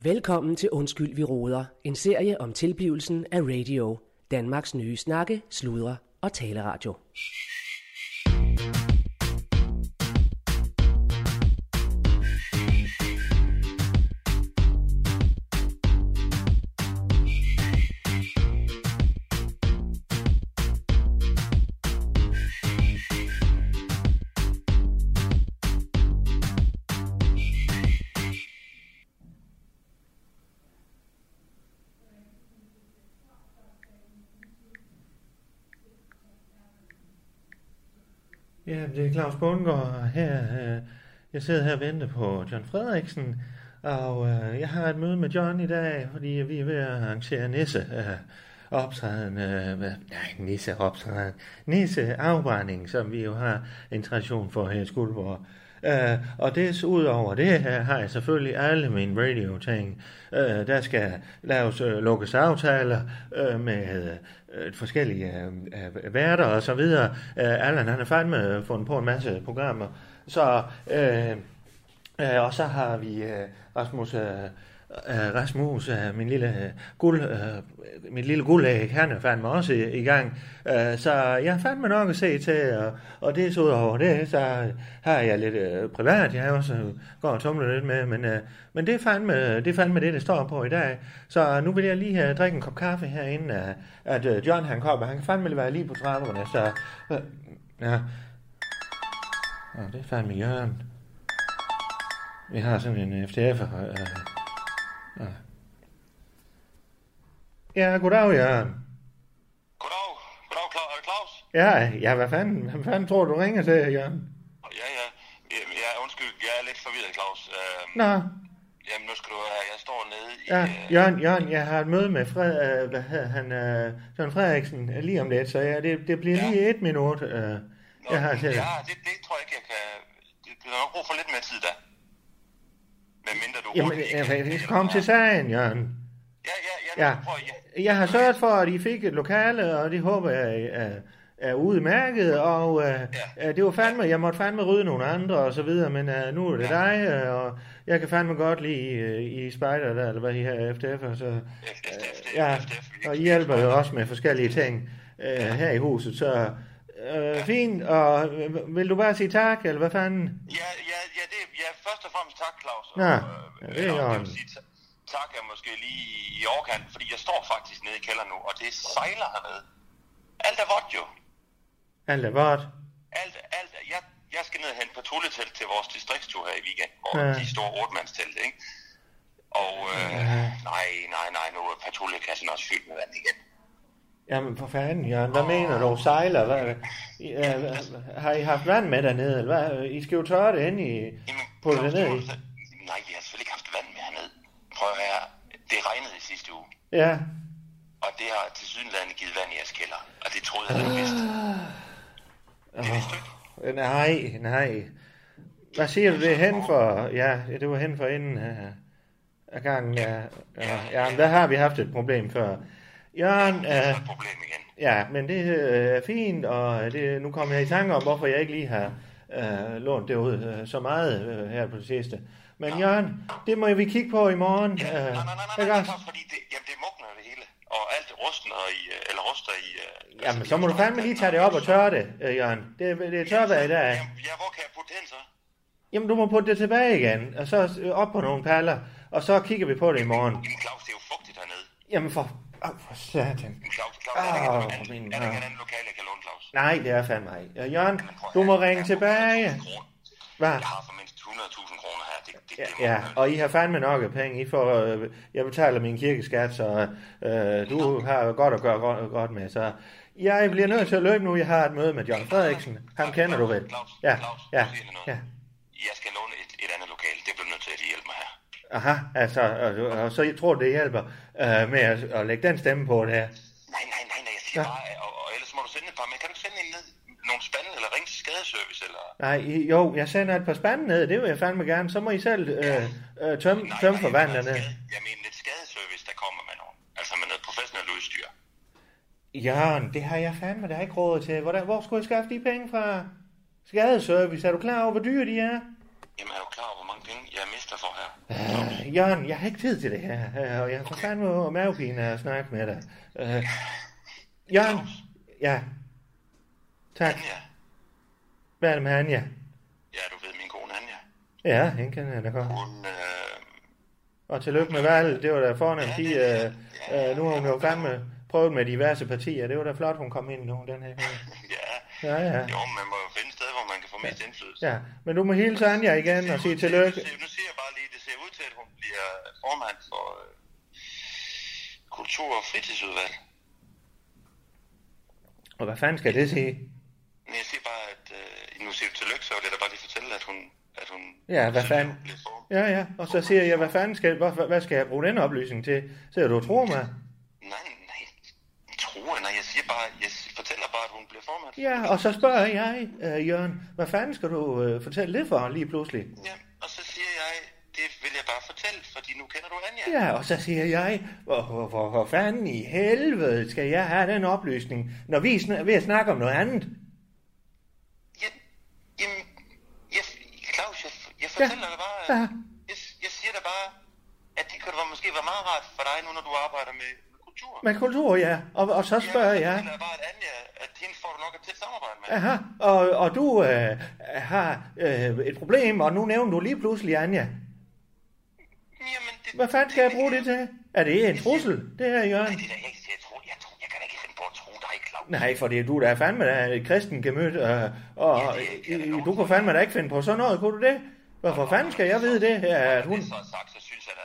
Velkommen til Undskyld, vi råder. En serie om tilblivelsen af radio. Danmarks nye snakke, sludre og taleradio. Ja, det er Claus Bundgaard her. Jeg sidder her og venter på John Frederiksen, og jeg har et møde med John i dag, fordi vi er ved at arrangere nisseafbrænding, som vi jo har en tradition for her i Skuldborg. Og desudover det her har jeg selvfølgelig alle mine radio-ting. Der skal laves lukkes aftaler med forskellige værter og så videre. Allan han er fandme fundet på en masse programmer. Så og så har vi Rasmus, mit lille guldæg, han er fandme også i gang. Så jeg har fandme nok at se til, og det er så ud over det, så har jeg lidt privat, jeg har også går og tumler lidt med, men det er fandme det, det står på i dag. Så nu vil jeg lige drikke en kop kaffe herinde, at John han kommer, han kan fandme være lige på trapperne, så ja. Det er fandme Jørgen. Vi har sådan en FTF'er. Ja, goddag, Jørgen. Goddag, Claus. Ja, hvad fanden tror du ringer til, Jørgen? Ja, undskyld, jeg er lidt forvirret, Claus. Nå. Jamen, nu skal du høre, jeg står nede i... Ja, Jørgen, jeg har et møde med John Frederiksen lige om lidt, så det bliver lige 1 minut, jeg har til. Ja, det tror jeg ikke, jeg kan... Det er nok brug for lidt mere tid, da. Men mindre du... Jamen, jeg skal komme til sagen, Jørgen. Ja. Jeg har sørget for, at I fik et lokale, og det håber jeg er udmærket, og det var fandme, jeg måtte fandme rydde nogle andre og så videre, men nu er det dig, og jeg kan fandme godt lide i spejder der, eller hvad I har FTF, så og I hjælper jo også med forskellige ting her i huset, så fint, og vil du bare sige tak, eller hvad fanden? Ja, først og fremmest tak, Claus. Det er jo tak er måske lige i overkant, fordi jeg står faktisk nede i kælderen nu, og det sejler hernede. Alt er vådt jo. Alt er vådt? Alt. Jeg skal ned og hente patruljetelt til vores distriktstur her i weekend, hvor de store 8-mandstelt, ikke? Og nej, nu er patruljekassen også fyldt med vand igen. Jamen for fanden, Jørgen, hvad mener du? Sejler? Har I haft vand med dernede? Eller hvad? I skal jo tørre det ind på det nede i. Nej, vi har selvfølgelig ikke haft vand med hernede. Prøv at høre, det regnede i sidste uge. Ja. Og det har tilsyneladende givet vand i jeres kælder. Og det troede jeg, du vidste. Det vidste du ikke? Nej. Hvad siger du, det er hen for? Ja, det var hen for inden af gangen. Ja, men der har vi haft et problem før. Jørgen, det er et problem igen. Ja, men det er fint, og nu kommer jeg i tanke om, hvorfor jeg ikke lige har lånt det ud så meget her på det sidste. Men Jørgen, det må vi kigge på i morgen. Nej, fordi det mugner det hele, og alt ruster i... Jamen, så må du fandme lige tage det op og tørre det, Jørgen. Det er tørvejr i dag. Ja, hvor kan jeg putte den så? Jamen, du må putte det tilbage igen, og så op på nogle paller, og så kigger vi på det i morgen. Jamen, Claus, det er jo fugtigt hernede. Jamen, for satan. Claus, er der ikke et andet lokale, jeg kan låne, Claus? Nej, det er fandme ikke. Jørgen, du må ringe tilbage. Hvad? Jeg har for mindst 100.000 kroner her. Ja, og I har fandme nok af penge. Jeg betaler min kirkeskat, så du har godt at gøre godt med. Så jeg bliver nødt til at løbe nu. Jeg har et møde med John Frederiksen. Ham kender du vel? Claus, ja. Jeg skal låne et andet lokale. Det bliver nødt til at hjælpe mig her. Aha, altså, og så jeg tror, det hjælper med at lægge den stemme på det her. Nej, jeg siger bare, og ellers må du sende et par, men kan du sende en ned, nogle spande, eller ringe til skadeservice, eller? Nej, jo, jeg sender et par spande ned, det vil jeg fandme gerne, så må I selv tømme for vand dernede. Jeg mener et skadeservice, der kommer med nogen, altså med noget professionelt udstyr. Jørgen, det har jeg fandme da ikke råd til. Hvor skulle jeg skaffe de penge fra? Skadeservice, er du klar over, hvor dyre de er? Jamen, er du klar over, hvor mange penge jeg mister for her? Jørgen, jeg har ikke tid til det her, og jeg har for fandme mavepine at snakke med dig. Jørgen? Ja. Tak. Anja? Hvad er det med Anja? Ja, du ved min kone Anja. Ja, hende kan jeg da godt. Hun, Og tillykke med valget, det var da fornemt. Nu har hun jo fandme prøvet med diverse partier, det var da flot, hun kom ind nu, den her. Ja. Jo, man må jo finde et sted, hvor man kan få mest indflydelse. Ja, men du må hilse Anja igen og sige tillykke. Nu siger jeg bare lige, det ser ud til, at hun bliver formand for kultur- og fritidsudvalg. Og hvad fanden skal det sige? Men jeg siger bare, at nu siger du tillykke, så vil jeg da bare lige fortælle, at hun ja, hvad fanden? Ja, og så siger jeg, hvad fanden skal, hvad skal jeg bruge den oplysning til? Så du tror mig? Nej, jeg siger bare, jeg fortæller bare, at hun bliver formand. Ja, og så spørger jeg, Jørgen, hvad fanden skal du fortælle det for lige pludselig? Ja, og så siger jeg, det vil jeg bare fortælle, fordi nu kender du Anja. Ja, og så siger jeg, hvor fanden i helvede skal jeg have den oplysning, når vi er ved at snakke om noget andet? Claus, jeg fortæller dig bare, jeg siger dig bare, at det kan måske være meget rart for dig nu, når du arbejder med kultur. Med kultur, ja. Og så spørger jeg. Jeg fortæller bare, at Anja, at hende får du nok et tæt samarbejde med. Aha, og du har et problem, og nu nævner du lige pludselig Anja. Jamen, hvad fanden skal jeg bruge det til? Er det en trussel, det her, Jørgen? Nej, jeg kan da ikke finde på at tro dig, Claus. Nej, for det er du, der er fandme der et kristen gemødt, og du kunne fandme da ikke finde på sådan noget, kunne du det? Hvorfor fanden skal jeg vide det her, at hun... Det er så sagt, så synes jeg,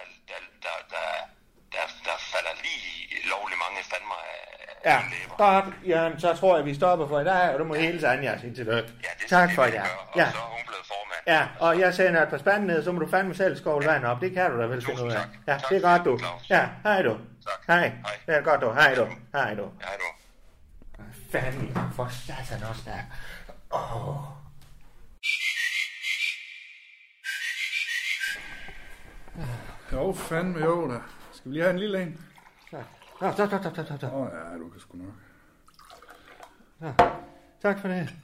der falder lige lovlig mange fandme ja, godt, Jørgen, så tror jeg, vi stopper for i dag, og du må hilse Anja sige tillykke. Ja, tak for det. Ja. Og så er hun blevet formand. Ja, og jeg sender et par spande ned, så må du fandme selv skovle vand op. Det kan du da vel finde ud af. Ja, det er godt, du. Ja, hej du. Hej. Det er godt, du. Hej du. Hej du. Fanden, for satan også der. Jo, fandme jo da. Skal vi lige have en lille en? Ja, stop. Ja, du kan sgu nok. Ja, tak for det.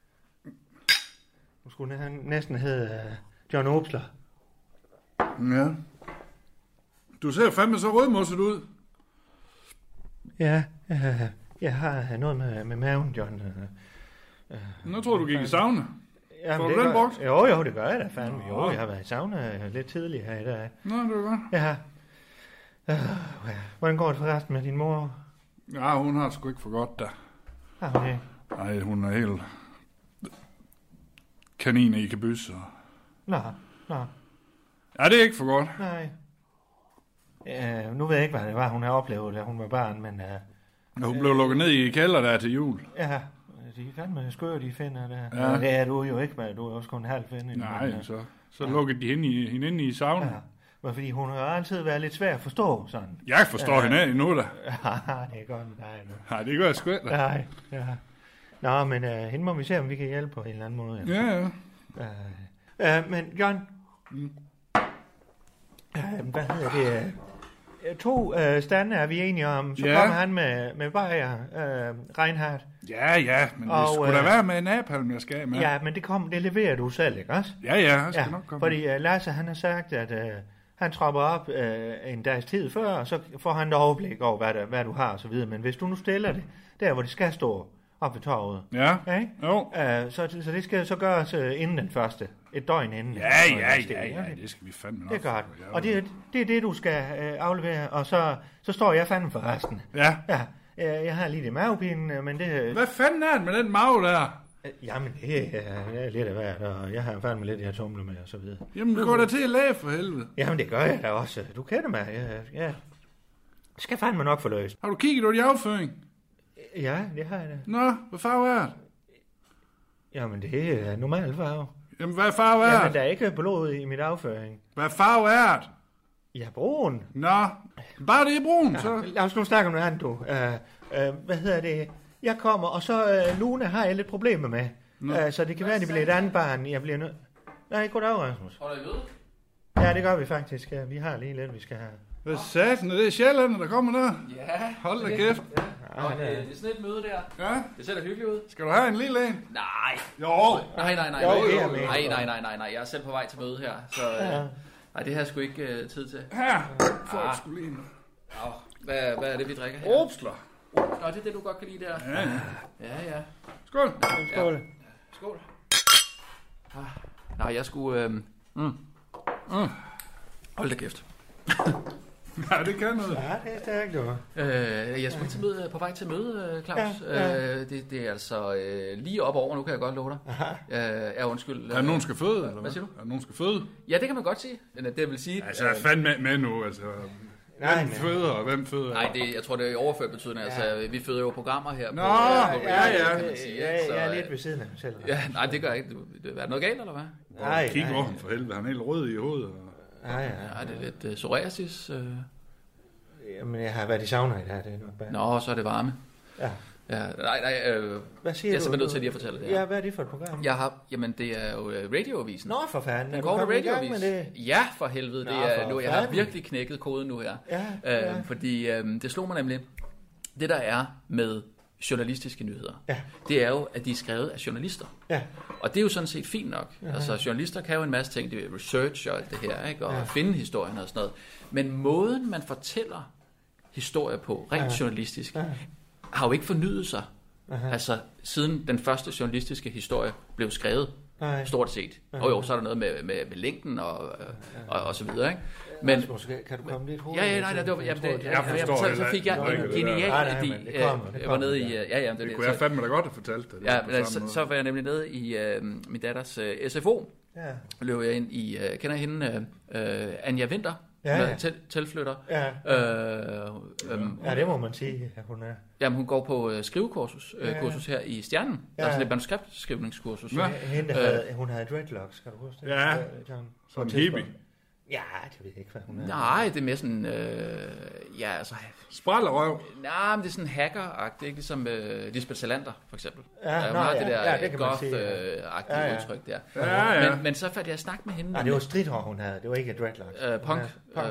Nu skulle han næsten hedde John Obstler. Ja. Du ser fandme så rødmosset ud. Ja, jeg har noget med maven, John. Nu tror du gik i sauna. Får du den brugt? Jo, det gør jeg da fandme. Jo, jeg har været i sauna lidt tidligere her i dag. Nå, det var godt. Ja. Hvordan går det forresten med din mor? Ja, hun har sgu ikke for godt der. Okay. Nej, hun er helt kaniner i kabys. Nå. Ja, det er ikke for godt. Nej. Nu ved jeg ikke, hvad det var, hun har oplevet, da hun var barn, men... hun blev lukket ned i kælder der til jul. Ja, de er fandme skøre, de finder der. Ja. Det er du jo ikke, men du er også kun halv finde. Nej, så lukkede de hende inde i sauna. Ja. Men fordi hun har altid været lidt svær at forstå, sådan. Jeg forstår hende endnu da. Ja, det er godt med dig nu. Nej, det gør jeg sgu ikke. Nej, ja. Nå, men hende må vi se, om vi kan hjælpe på en eller anden måde. Ja. Men John, hvad hedder det? 2 stande er vi enige om. Så kommer han med Bayer, Reinhardt. Ja, men det skulle da være med napalm, jeg skal med. Ja, men det leverer du selv, ikke også? Ja, jeg skal nok komme. Fordi Lasse, han har sagt, at han tropper op en dags tid før, og så får han et overblik over, hvad du har og så videre. Men hvis du nu stiller det der, hvor det skal stå op ved torvet. Ja, jo. Så det skal så gøres inden den første. Et døgn inden. Ja, det skal vi fandme nok. Det er godt. Og det er det, du skal aflevere, og så står jeg fandme for resten. Ja. Jeg har lige det mavepinen, men det... Hvad fanden er det med den mave der? Jamen, det er lidt af hvert, og jeg har fandme lidt, jeg tumler med, og så videre. Jamen, går der til at læge for helvede? Jamen, det gør jeg da også. Du kender mig. Jeg skal fandme nok få løst. Har du kigget på din afføring? Ja, det har jeg da. Nå, hvad farve er det? Jamen, det er normal farve. Jamen, hvad farve er det? Jamen, der er ikke blod i mit afføring. Hvad farve er det? Ja, brun. Nå, bare det er brun, så... Lad os nu snakke om noget andet, du. Hvad hedder det? Jeg kommer, og så Luna har jeg lidt problemer med. Så det kan være, at det bliver et andet barn. Jeg bliver nødt... Nej, goddag, Rasmus. Holder I ved? Ja, det gør vi faktisk. Ja, vi har lige lidt, vi skal have. Hvad satan, er det Sjælland, der kommer der? Ja. Hold da kæft. det er sådan et møde der. Ja. Det ser da hyggeligt ud. Skal du have en lille en? Nej. Jo. Nej. Jo. Jeg er selv på vej til møde her, så nej, det har jeg sgu ikke tid til. Her. Får du sgu lige en. Hvad er det, vi drikker her? Obstler. Nå, det er det, du godt kan lide der. Ja. Skål. Skål. Skål. Nej, jeg skulle... Hold da kæft. Ja, det kan noget. Ja, det er stærkt, jo. Jeg skulle til på vej til møde, Claus. Det er altså lige op over, nu kan jeg godt love dig. Undskyld. Er der nogen, skal føde? Eller hvad siger du? Er der nogen, skal føde? Ja, det kan man godt sige. Det vil sige... Altså, fandme med nu, altså. Hvem føder, og hvem føder? Nej, jeg tror, det er i overført betydning. Altså, vi føder jo programmer her. Nå, kan man sige. Jeg er lidt ved siden af mig selv. Ja, nej, det gør jeg ikke. Er der noget galt, eller hvad? Nej. Kig over ham for helvede. Han er helt rød i hovedet. Ja, det er lidt psoriasis. Jamen, jeg har været i sauna i dag. Det er nok bare. Nå, så er det varme. Ja. Hvad siger du? Jeg er simpelthen nødt til lige at fortælle det her. Ja, hvad er det for et program? Jamen, det er jo radioavisen. Nå, for fanden. Den korte radioavis. Ja, for helvede. Jeg har virkelig knækket koden nu her. Ja. Fordi det slog mig nemlig, det der er med journalistiske nyheder, ja. Det er jo, at de er skrevet af journalister. Ja. Og det er jo sådan set fint nok. Altså, journalister kan jo en masse ting, det er research og alt det her, ikke? Og finde historien og sådan noget. Men måden, man fortæller historier på, rent journalistisk, har jo ikke fornyet sig. Altså, siden den første journalistiske historie blev skrevet, stort set. Og jo, så er der noget med længden og så videre, ikke? Men kan du komme lidt hurtigt? Så fik jeg en genial idé. Jeg var nede i... Det kunne jeg fandme da godt have fortalt det. Ja, så var jeg nemlig nede i min datters SFO. Løb jeg ind i... Kender I hende? Anja Winter. Tilflytter. Ja, det må man sige, at hun er. Jamen, hun går på skrivekursus kursus her i Stjernen. Der er sådan et manuskriptskrivningskursus. Hun havde dreadlocks, kan du huske det? Ja, som en hippie. Ja, det ved jeg ikke, hvad hun er. Nej, det er mere sådan... altså... Sprællerøv. Nej, men det er sådan hacker-agtigt, ikke? Ligesom Lisbeth Salander, for eksempel. Hun har det der det goth-agtige udtryk der. Ja. Men så fandt jeg snak med hende. Nej, det var stridthår, hun havde. Det var ikke dreadlocks. Punk.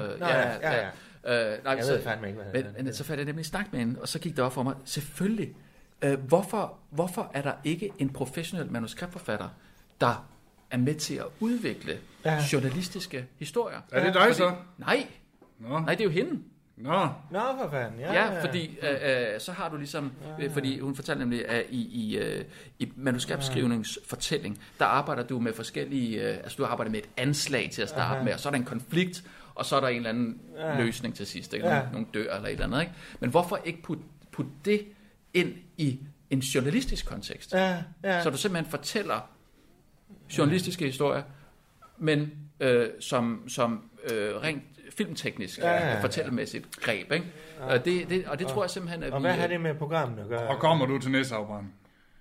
Jeg ved fandme ikke, hvad det er. Men så fandt jeg nemlig snak med hende, og så gik det op for mig. Selvfølgelig. Hvorfor er der ikke en professionel manuskriptforfatter, der er med til at udvikle journalistiske historier? Er det dig så? Nej, det er jo hende. Nå, for fanden. Ja, fordi så har du ligesom, fordi hun fortalte nemlig, at i manuskriptskrivningsfortælling, der arbejder du med forskellige, altså du arbejder med et anslag til at starte med, og så er der en konflikt, og så er der en eller anden løsning til sidst, ikke? Nogle dør eller et eller andet, ikke? Men hvorfor ikke putte det ind i en journalistisk kontekst? Så du simpelthen fortæller journalistiske historier, men som rent filmteknisk, fortællemæssigt greb, ikke? Og det tror jeg simpelthen, at og hvad har det med programmet at gøre? Og kommer du til næsafbrænde?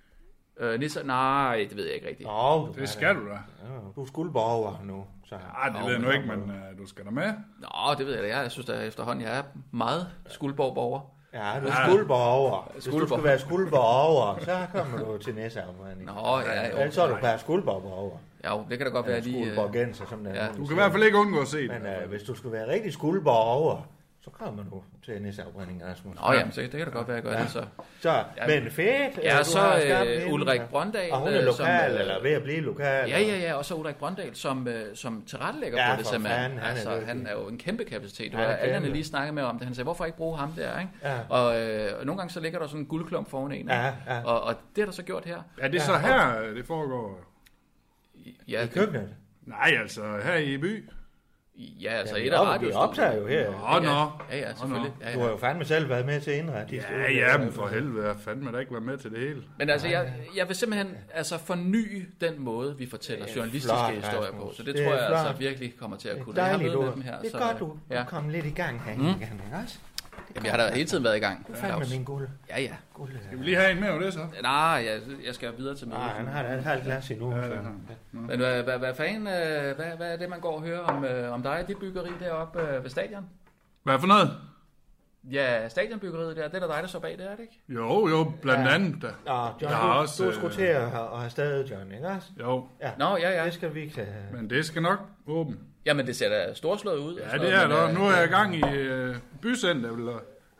Nej, det ved jeg ikke rigtigt. Det skal du da. Du er skuldborger nu. Det ved jeg nu ikke, men du skal da med. Nå, det ved jeg da. Jeg synes da efterhånden, jeg er meget skuldborger. Ja, du er skuldborger. Hvis du skal være skuldborger, så kommer du til næseafbrænding. Nå, ellers så er du bare skuldborger. Ja, det kan da godt være lige... Skuldborgenser, som det er. Du kan i hvert fald ikke undgå at se det. Men hvis du skal være rigtig skuldborger, så kommer du til næseafbrænding, Rasmus. Jamen, det kan da godt være, at jeg gør det så. Men fedt. Ja, så Ulrik Brøndal. Og hun er lokal, eller ved at blive lokal. Ja, og så Ulrik Brøndal, som tilrettelægger på det simpelthen. Altså, han er jo en kæmpe kapacitet. Alle lige snakket med om det. Han sagde, hvorfor ikke bruge ham der, ikke? Og nogle gange så ligger der sådan en guldklump foran en. Og det er der så gjort her. Er det så her, det foregår? Ja, i køkkenet? Nej, altså her i by. Ja, altså et af radiostudiet. Vi optager jo her. Ja, selvfølgelig. Du har jo fandme selv været med til at indrette. Ja, men for helvede, jeg fandme da ikke været med til det hele. Men altså, jeg vil simpelthen forny den måde, vi fortæller journalistiske historier på. Så det tror jeg altså virkelig kommer til at kunne. Det er godt, du kommer lidt i gang her. Jamen, jeg har da hele tiden været i gang. Du fandt med min guld. Ja. Skal vi lige have en med over det så? Nej, jeg skal videre til mødet. Nej, han har et halvt glas endnu. Men hvad fanden, hvad er det, man går og hører om dig? Det byggeri deroppe ved stadion? Hvad for noget? Ja, stadionbyggeriet der, det er der dig, der så bag det, er det ikke? Jo, blandt andet da. John, du skulle til at have stadig, John, ikke også? Jo. Nå, ja. Det skal vi ikke have. Men det skal nok åbne. Jamen, det ser da storslået ud. Ja, det er der. Nu er jeg i gang i bycenter, vil have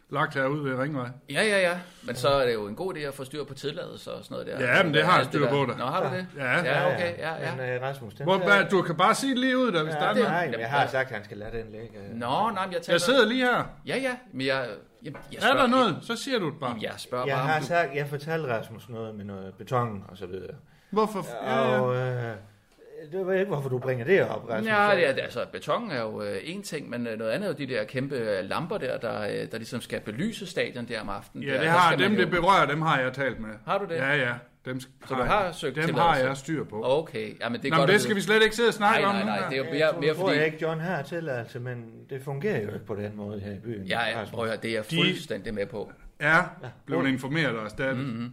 lagt herude ved Ringvej. Ja. Men så er det jo en god idé at få styr på tilladelser og sådan noget der. Ja, men det har jeg styr på dig. Nå, har du det? Ja. Okay, ja. Men Rasmus, Du kan bare sige det lige ud, der hvis der er noget. Nej, jeg har sagt, at han skal lade den ligge. Nå, nej, men Jeg sidder lige her. Ja, men jeg Er der noget, så siger du det bare. Jeg spørger Jeg bare, har sagt, jeg fortalte Rasmus noget med noget beton og så videre. Hvorfor? Og det ved ikke, hvorfor du bringer det op, Rasmus. Ja, altså beton er jo en ting, men noget andet er jo de der kæmpe lamper der ligesom skal belyse stadion der om aftenen. Ja, det har dem, det berører, dem har jeg talt med. Har du det? Ja. Dem Så du har søgt dem har jeg styr på. Okay, ja, men det er Nå, godt. Men det skal vi slet ikke sidde og snakke om. Nej, det er jo mere Jeg tror fordi... ikke, John har tilladelse, men det fungerer jo ikke på den måde her i byen. Ja, prøv at høre, det er jeg fuldstændig med på. Ja, blev informeret og erstattet. Mm-hmm.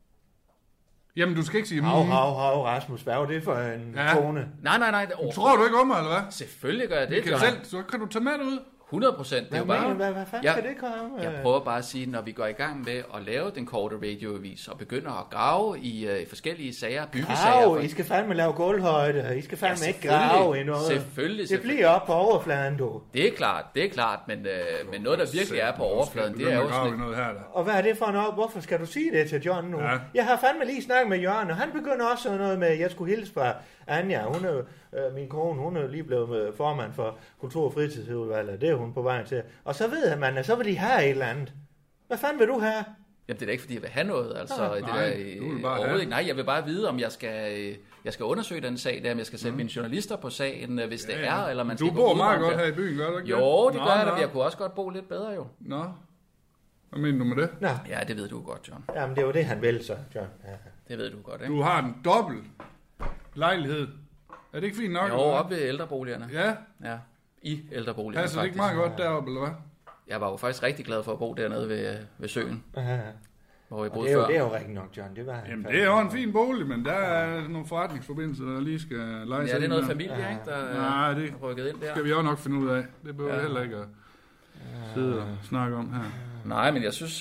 Jamen, du skal ikke sige... Hav, Rasmus, hvad var det for en tone? Nej. Tror du ikke om mig, eller hvad? Selvfølgelig gør jeg det, John. Så kan du tage med det ud. 100%. Det er jo bare... Hvad fanden kan det komme? Jeg prøver bare at sige, når vi går i gang med at lave den korte radioavis og begynder at grave i forskellige sager, byggesager... I skal fandme lave gulvhøjde, I skal fandme ikke grave i noget. Selvfølgelig. Det bliver op på overfladen, du. Det er klart, men noget, der virkelig er på overfladen, det er jo sådan... Noget her, der. Og hvad er det for noget? Hvorfor skal du sige det til John nu? Ja. Jeg har fandme lige snakket med Jørgen, og han begynder også sådan noget med, at jeg skulle hilse fra Anja. Hun er min kone, hun er lige blevet formand for Kultur- og Fritidsudvalget. Det er hun på vej til. Og så ved man, at så vil de have et eller andet. Hvad fanden vil du have? Jamen, det er da ikke, fordi jeg vil have noget. Altså, Nej, det der, du vil bare overhovedet ikke. Nej, jeg vil bare vide, om jeg skal undersøge den sag, der, om jeg skal sætte mine journalister på sagen, hvis det er, eller man skal du bor meget godt her i byen, gør du ikke? Jo, det gør jeg da. Jeg kunne også godt bo lidt bedre, jo. Nå. Hvad mener du med det? Nå. Ja, det ved du godt, John. Jamen, det er jo det, han vil så, John. Ja. Det ved du godt, ikke? Du har en dobbelt lejlighed. Er det ikke fint nok? Jo, oppe ved ældreboligerne. Ja. Ja, i ældreboligerne. Passer det ikke meget godt deroppe, eller hvad? Jeg var jo faktisk rigtig glad for at bo dernede ved søen, hvor jeg boede Det er, før. det er jo rigtig nok, John. Det var Jamen, det er jo en fin bolig, men der er nogle forretningsforbindelser, der lige skal lege sig. Ja, det er noget familie, ikke, der det er rykket ind der. skal vi også nok finde ud af. Det behøver vi heller ikke at sidde og snakke om her. Nej, men jeg synes...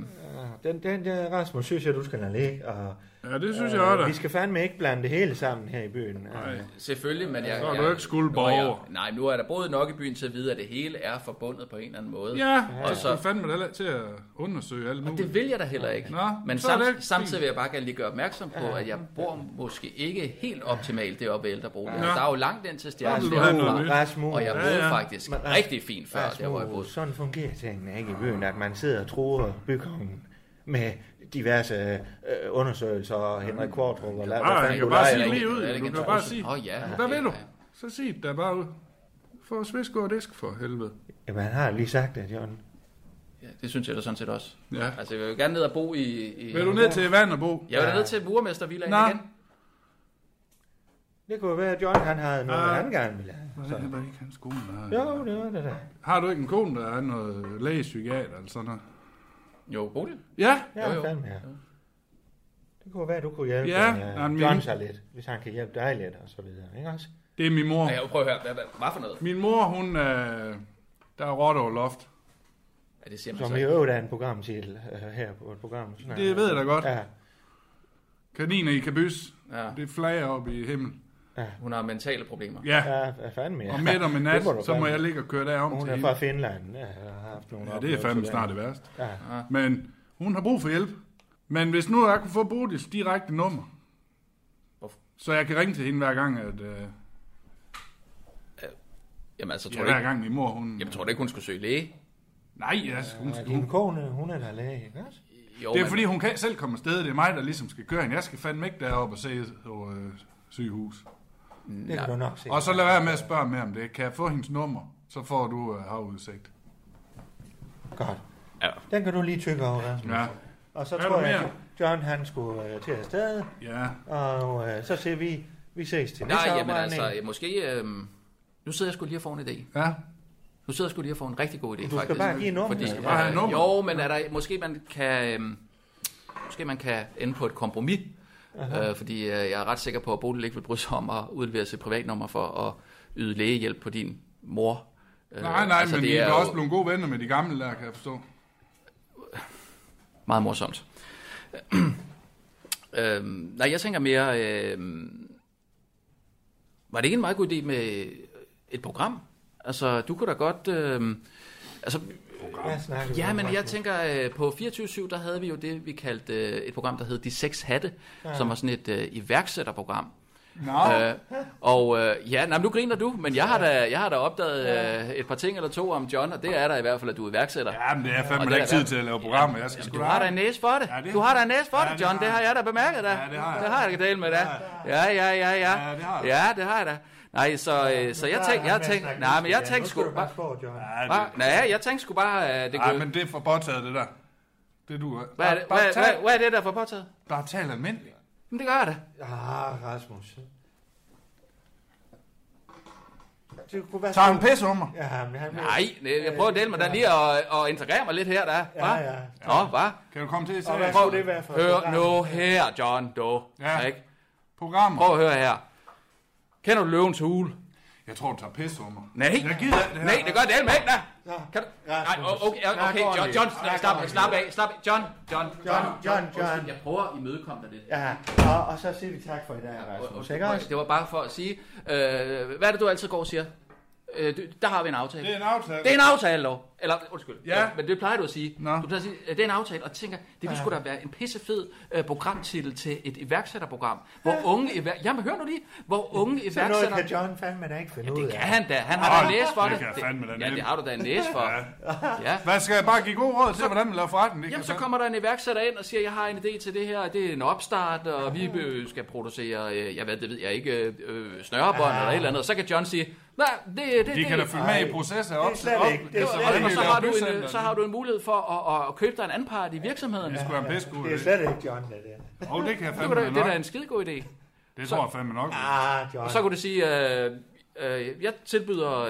Den der, Rasmus, synes jeg, du skal lade ligge. Og, Ja, det synes jeg også da. Vi skal fandme ikke blande det hele sammen her i byen. Nej. Selvfølgelig, men Så er du ikke skuldborger. Nej, nu er der boet nok i byen til at vide, at det hele er forbundet på en eller anden måde. Ja, og så skal vi fandme da heller til at undersøge alt muligt. Det vil jeg da heller ikke. Nå, men så er det samtidig vil jeg bare gerne lige gøre opmærksom på, at jeg bor måske ikke helt optimalt deroppe ved ældreboligen. Nå. Der er jo langt ind til Stjernen, Rasmus, og jeg boede faktisk rigtig fint før, der hvor jeg boede. Sådan fungerer tingene ikke i byen, at man sidder og truer bykongen med diverse undersøgelser og Henrik Kvartrup. Jeg kan bare sige lige ud. Du kan bare sige, hvad vil du? Så sig det da bare ud. Få svisko og disk for helvede. Jamen, han har lige sagt det, John. Ja, det synes jeg da sådan set også. Ja. Altså, jeg vil gerne ned og bo i... Vil du ned til vand og bo? Jeg vil ned til Murmestervillaen igen. Det kunne være, at John han havde noget, han gerne ville have. Det var ikke hans kone, Jo, det var det da. Har du ikke en kone, der er noget lægepsykiater eller sådan noget? Jo, Bodil. Ja. Ja, fandme, ja. Det kunne være, at du kunne hjælpe John sig lidt, hvis han kan hjælpe dig lidt og så videre, ikke også? Det er min mor. Ja, jeg prøver at høre, hvad for noget? Min mor, hun der er rotte over loft. Ja, det siger man som så. i øvrigt er en programtitel her på et program. Det ved jeg da godt. Ja. Kaniner i kabys. Ja. Det flager op i himlen. Ja. Hun har mentale problemer. Ja. Fandme, ja. Og midt om en nat, så må jeg ligge og køre derom hun til hende. Hun er fra Finland. Ja, har haft nogle det er fandme snart det værste. Ja. Men hun har brug for hjælp. Men hvis nu jeg kunne få Bodils direkte nummer, så jeg kan ringe til hende hver gang, at... Jamen altså, tror hver gang min mor, hun... Jamen, tror du ikke, hun skulle søge læge? Nej, altså, din kone, hun er der læge, ikke også? Jo, det er fordi, hun kan selv komme afsted. Det er mig, der ligesom skal køre hende. Jeg skal fandme ikke deroppe og se på sygehus. Det kan du nok se. Og så lad være med at spørge mere om det. Kan jeg få hendes nummer, så får du havudsigt. Godt. Ja. Den kan du lige tykke over, Rasmus. Ja. Og så tror jeg, at John han skulle til afsted. Ja. Og så ser vi ses til næste afbrænding. Nej, jamen altså, måske... nu sidder jeg sgu lige og får en idé. Ja. Nu sidder jeg sgu lige og får en rigtig god idé, du faktisk. Du skal bare give nummer. Du skal bare have nummer. Jo, men er der, måske man kan ende på et kompromis. Fordi jeg er ret sikker på, at Bodil ikke vil bryde sig om at udlevere sit privatnummer for at yde lægehjælp på din mor. Nej, altså, men vi er også blevet gode venner med de gamle der, kan jeg forstå. Meget morsomt. Nej, jeg tænker mere... var det ikke en meget god idé med et program? Altså, du kunne da godt... program. Ja, men jeg tænker, på 24/7, der havde vi jo det, vi kaldte et program, der hed De 6 Hatte, som var sådan et iværksætterprogram. Nu griner du, men jeg har da opdaget et par ting eller to om John, og det er der i hvert fald, at du er iværksætter. Ja, men det er fandme ikke tid til at lave programmer. Du har da en næse for det. Du har da en næse for det, John. Det har jeg da bemærket da. Ja, det har jeg. Det har jeg da delt med dig. Ja. Ja, det har jeg da. Nej, så jeg tænkte sgu bare... Nej, jeg tænkte sgu bare... Nej, men det er for påtaget, det der. Det du... Hvad er det, der er for påtaget? Bare tal almindeligt. Men det gør jeg da. Rasmus. Tag en pis om mig. Nej, jeg prøver at dele mig der lige og integrere mig lidt her, der. Ja. Nå, hvad? Kan du komme til at se? Hvad skulle det være for? Hør nu her, John, du. Ja. Ikke? Programmer. Prøv at høre her. Kender du Løvens Hule? Jeg tror, du tager pis om mig. Nej. Jeg gider det her. Nej, det gør det ikke, da. Kan du? Nej, okay, John, slap af. John. Jeg prøver at imødekomme dig lidt. Ja, og så siger vi tak for i dag, Rasmus. Det var bare for at sige, hvad er det, du altid går og siger? Der har vi en aftale. Det er en aftale. Det er en aftale, dog. Eller, undskyld. Ja. Men det plejer du at sige. Nå. Du plejer at sige, det er en aftale, og tænker, det ville sgu da være en pissefed programtitel til et iværksætterprogram, hvor unge jamen hør nu lige, hvor unge iværksætter... Så noget kan John fandme da ikke finde ud af. Det kan han da. Han har da en næse for det. Det kan fandme da. Ja, det har du da en næse for. Ja. Hvad skal jeg bare give god råd til, hvordan man laver forretning? Jamen, så kommer der en iværksætter ind og siger, jeg har en idé til det her, det er en opstart, og vi skal producere, det ved jeg ikke, snørebånd eller et eller andet. Og så kan John sige, de kan da følge med i processen og så har du en mulighed for at købe dig en anden part i virksomheden. Det skulle være en pissegod idé. Det er slet ikke John, det der. Det kan jeg fandme nok. Det er da en skidegod idé. Det tror jeg fandme nok. Og så kunne du sige, jeg tilbyder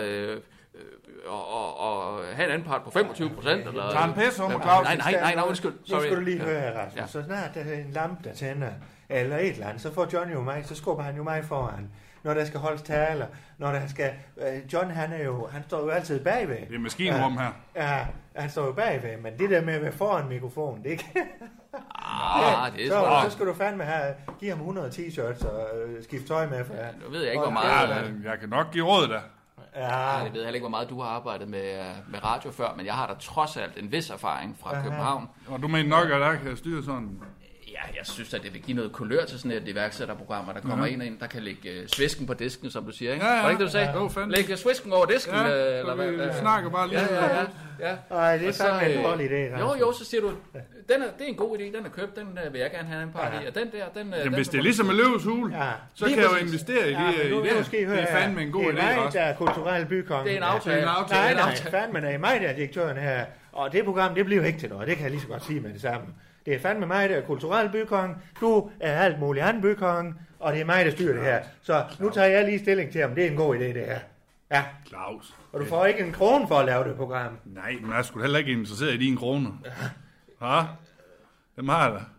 at have en anden part på 25%. Eller... Tag en pisse om, Claus. Nej, undskyld. Nu skal du lige høre her, Rasmus. Ja. Så snart der er en lampe, der tænder, eller et eller andet, så får John jo mig, så skubber han jo mig foran. Når der skal holdes taler, når der skal... John, han står jo altid bagved. Det er maskinrum her. Ja, han står jo bagved, men det der med at være foran mikrofonen, det kan... Så skal du fandme give ham 100 t-shirts og skifte tøj med. Nu ved jeg ikke, hvor meget... Jeg kan nok give råd der. Ja. Jeg ved heller ikke, hvor meget du har arbejdet med radio før, men jeg har da trods alt en vis erfaring fra København. Og du mener nok, at der kan styre sådan... Ja, jeg synes, at det vil give noget kulør til sådan et iværksætterprogram, og der kommer en ind, der kan lægge svisken på disken, som du siger, ikke? Var det ikke det, du sagde? Lægge svisken over disken? Eller hvad? Vi snakker bare lige. Ja. Ej, det er fandme en dårlig idé. Jo, så siger du, det er en god idé, den er købt, den vil jeg gerne have en par i, og den der, Jamen, hvis det er ligesom med Løvens Hule, så kan jeg jo investere i det. Det er fandme en god idé. Det er mig, der er kulturel bykonge. Det er en aftale. Nej, fandme, det er mig, der er direktøren her. Og det program, det bliver jo ikke til noget, det kan jeg lige så godt sige med det samme. Det er fandme mig, der er kulturel bykonge, du er alt muligt anden bykonge, og det er mig, der styrer det her. Så nu tager jeg lige stilling til, om det er en god idé, det her. Ja. Claus. Og du får ikke en krone for at lave det program. Nej, men jeg er sgu heller ikke interesseret i dine kroner. Ja. Dem har jeg da.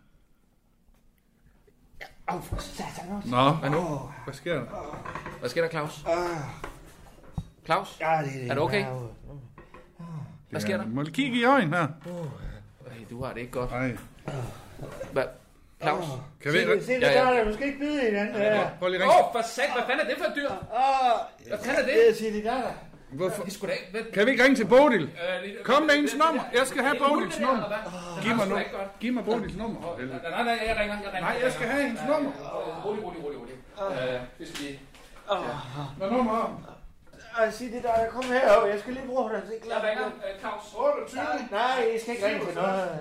For satan også. Nå, hvad nu? Hvad sker der? Hvad sker der, Claus? Claus? Ja, det er du okay? Hvad sker der? Må du kigge i øjnene her? Du har det ikke godt. Nej. Hvad? Claus? Kan vi... Se det der, du skal ikke byde i den der. Prøv lige ringe. For sat, hvad fanden er det for et dyr? Hvad fanden er det? Jeg siger det der. Hvorfor? Kan vi ikke ringe til Bodil? Kom med ens nummer. Jeg skal have Bodils nummer. Giv mig Bodils nummer. Nej, jeg ringer. Nej, jeg skal have hendes nummer. Rolig. Det skal vi... Hvad nummer om? Sig det der, kom herover. Jeg skal lige bruge dig. Jeg ringer, Claus. 28. Nej, jeg skal ikke ringe til noget.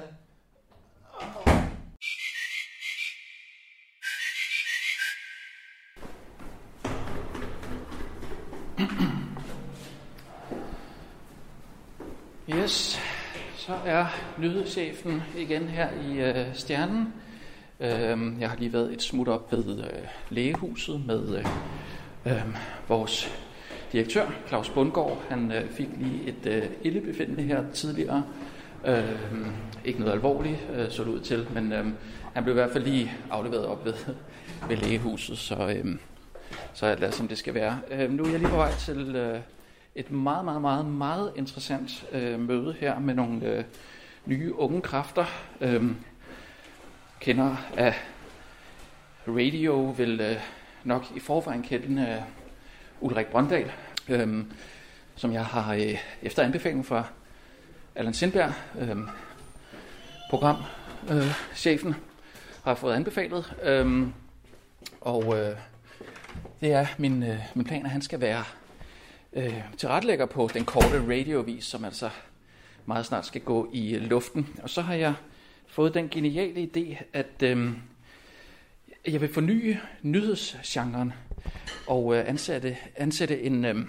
Yes, så er nyhedschefen igen her i Stjernen. Jeg har lige været et smut op ved lægehuset med vores direktør, Claus Bundgaard. Han fik lige et ildebefindende her tidligere. Ikke noget alvorligt, så det ud til, men han blev i hvert fald lige afleveret op ved lægehuset, så er det som det skal være. Nu er jeg lige på vej til et meget interessant møde her med nogle nye unge kræfter. Kender af radio vil nok i forvejen kende Ulrik Brøndal, som jeg har efter anbefaling fra Allan Sindberg, programchefen, har fået anbefalet. Det er min plan, at han skal være tilrettelægger på den korte radioavis, som altså meget snart skal gå i luften. Og så har jeg fået den geniale idé, at jeg vil forny nyhedsgenren og ansætte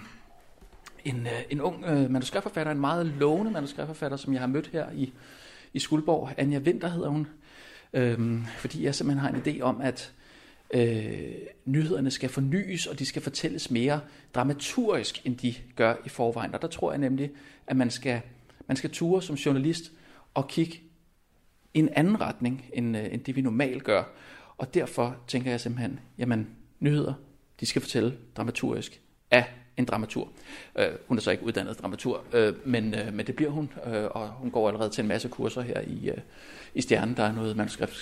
en ung manuskriptforfatter, en meget lovende manuskriptforfatter, som jeg har mødt her i Skuldborg. Anja Winther hedder hun, fordi jeg simpelthen har en idé om, at nyhederne skal fornyes, og de skal fortælles mere dramaturgisk, end de gør i forvejen. Og der tror jeg nemlig, at man skal ture som journalist og kigge i en anden retning, end det vi normalt gør. Og derfor tænker jeg simpelthen, jamen nyheder, de skal fortælle dramaturgisk af en dramaturg. Hun er så ikke uddannet dramaturg, men det bliver hun, og hun går allerede til en masse kurser her i Stjernen. Der er noget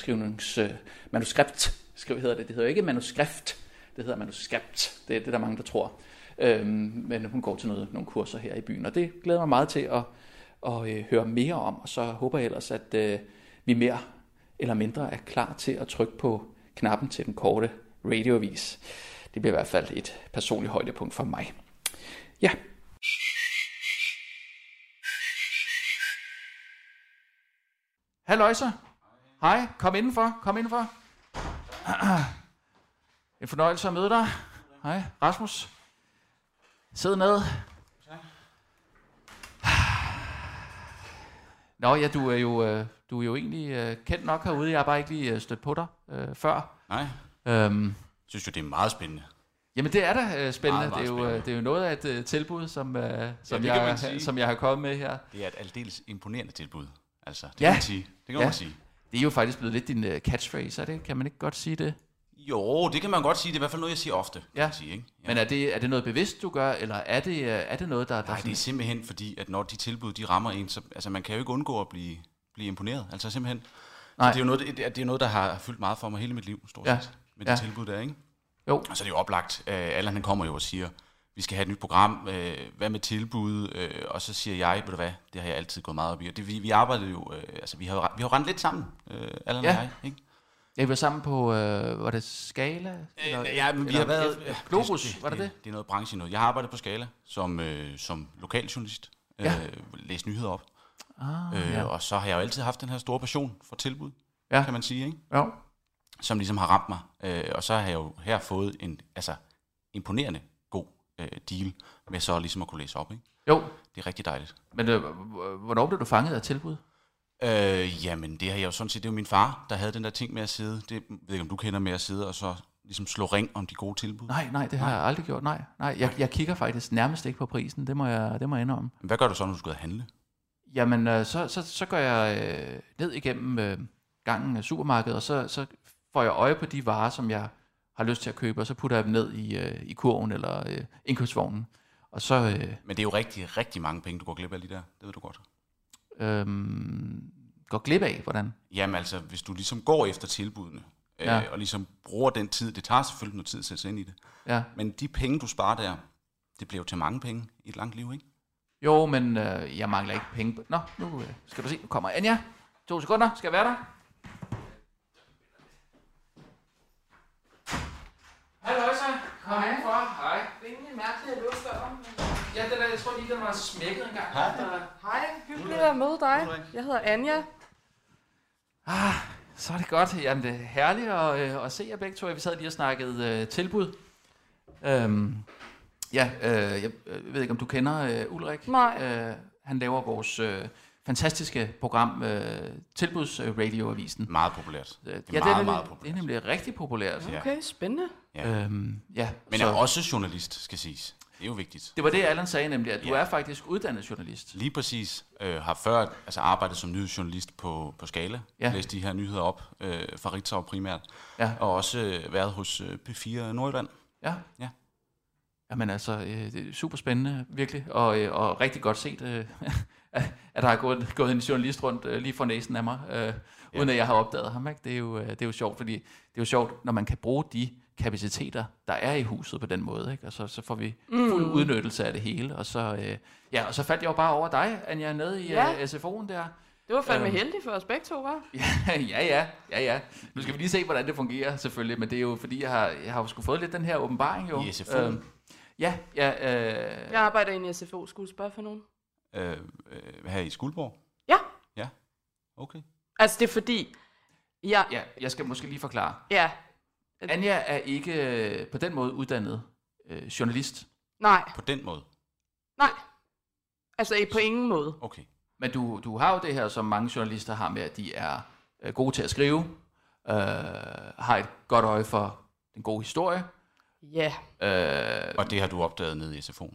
hedder det. Det hedder ikke manuskript, det hedder manuskript. Det er det, der mange, der tror. Men hun går til nogle kurser her i byen, og det glæder mig meget til at høre mere om, og så håber jeg ellers, at vi mere eller mindre er klar til at trykke på knappen til den korte radioavis. Det bliver i hvert fald et personligt højdepunkt for mig. Ja. Halløjsa. Hej, kom indenfor. En fornøjelse at møde dig. Hej, Rasmus. Sid ned. Nå ja, du er jo egentlig kendt nok herude. Jeg har bare ikke lige stødt på dig før. Nej. Synes jo, det er meget spændende. Jamen det er da spændende. Meget spændende. Det er jo noget af et tilbud, som jeg har kommet med her. Det er et aldeles imponerende tilbud. Altså, det kan man sige. Det er jo faktisk blevet lidt din catchphrase, er det? Kan man ikke godt sige det? Jo, det kan man godt sige. Det er i hvert fald noget, jeg siger ofte. Kan man sige, ikke? Ja. Men er det noget bevidst, du gør, eller er det noget, der... Nej, det er simpelthen fordi, at når de tilbud, de rammer en, så altså, man kan jo ikke undgå at blive imponeret. Altså simpelthen... Nej. Det er noget, der har fyldt meget for mig hele mit liv, stort set. Med de tilbud der, ikke? Jo. Og så er det jo oplagt. Allan han kommer jo og siger, vi skal have et nyt program, hvad med tilbud? Og så siger jeg, ved du hvad, det har jeg altid gået meget op i. Og vi arbejdede jo, vi har rendt lidt sammen, Allan og jeg, ikke? Ja, vi var sammen på, var det Skala? Vi har været... Globus, var det? Det er noget branche noget. Jeg har arbejdet på Skala som lokaljournalist, læst nyheder op. Og så har jeg jo altid haft den her store passion for tilbud, kan man sige, ikke? Ja. Som ligesom har ramt mig. Og så har jeg jo her fået en imponerende god deal med så ligesom at kunne læse op, ikke? Jo. Det er rigtig dejligt. Men hvornår blev du fanget af tilbud? Jamen, det har jeg jo sådan set, det er jo min far, der havde den der ting med at sidde. Det ved ikke, om du kender med at sidde og så ligesom slå ring om de gode tilbud. Nej, det har jeg aldrig gjort, nej. Jeg kigger faktisk nærmest ikke på prisen, det må jeg indrømme. Hvad gør du så, når du skal handle? Jamen, så går jeg ned igennem gangen af supermarkedet, og så får jeg øje på de varer, som jeg har lyst til at købe, og så putter jeg dem ned i kurven eller indkøbsvognen. Og så, Men det er jo rigtig, rigtig mange penge, du går glip af lige der, det ved du godt. Går glip af, hvordan? Jamen altså, hvis du ligesom går efter tilbudene, og ligesom bruger den tid, det tager selvfølgelig noget tid at sætte sig ind i det. Ja. Men de penge, du sparer der, det bliver jo til mange penge i et langt liv, ikke? Jo, men jeg mangler ikke penge. Nå, nu skal du se, nu kommer Anja. 2 sekunder, skal jeg være der? Halløjsa, kom indenfor. Hej. Det er egentlig mærkeligt at lukke døren. Ja, jeg tror lige, den var smækket en gang. Hej, hyggeligt at møde dig. Jeg hedder Anja. Så er det godt. Jamen, det er herligt at se jer begge to. Vi sad lige og snakkede tilbud. Jeg ved ikke, om du kender Ulrik. Nej. Han laver vores fantastiske program, Tilbudsradioavisen. Meget populært. Meget populært. Det er nemlig rigtig populært. Okay, spændende. Men jeg er også journalist, skal siges. Det er jo vigtigt. Det var det, Allan sagde nemlig, at du er faktisk uddannet journalist. Lige præcis. Har før arbejdet som nyhedsjournalist på Skala. Læst de her nyheder op fra Ritzau primært. Ja. Og også været hos P4 Nordjylland. Ja. Jamen altså, det er super spændende, virkelig. Og rigtig godt set, at der er gået en journalist rundt lige for næsen af mig, uden at jeg har opdaget ham. Ikke? Det er jo sjovt, fordi det er jo sjovt, når man kan bruge de kapaciteter, der er i huset på den måde, ikke? Og så får vi fuld udnyttelse af det hele, og så, og så faldt jeg jo bare over dig, Anja, nede i SFO'en der. Det var fandme heldigt for os begge to, hva'? Ja. Nu skal vi lige se, hvordan det fungerer, selvfølgelig, men det er jo fordi, jeg har jo sgu fået lidt den her åbenbaring, jo. I SFO'en? Jeg arbejder inde i SFO. Skulle du spørge for nogen? Her i Skuldborg? Ja. Okay. Altså, det er fordi... Ja, jeg skal måske lige forklare. Ja. Anja er ikke på den måde uddannet journalist. Nej. På den måde? Nej. Altså, på ingen måde. Okay. Men du har jo det her, som mange journalister har med, at de er gode til at skrive, har et godt øje for den gode historie. Ja. Og det har du opdaget nede i SFO'en?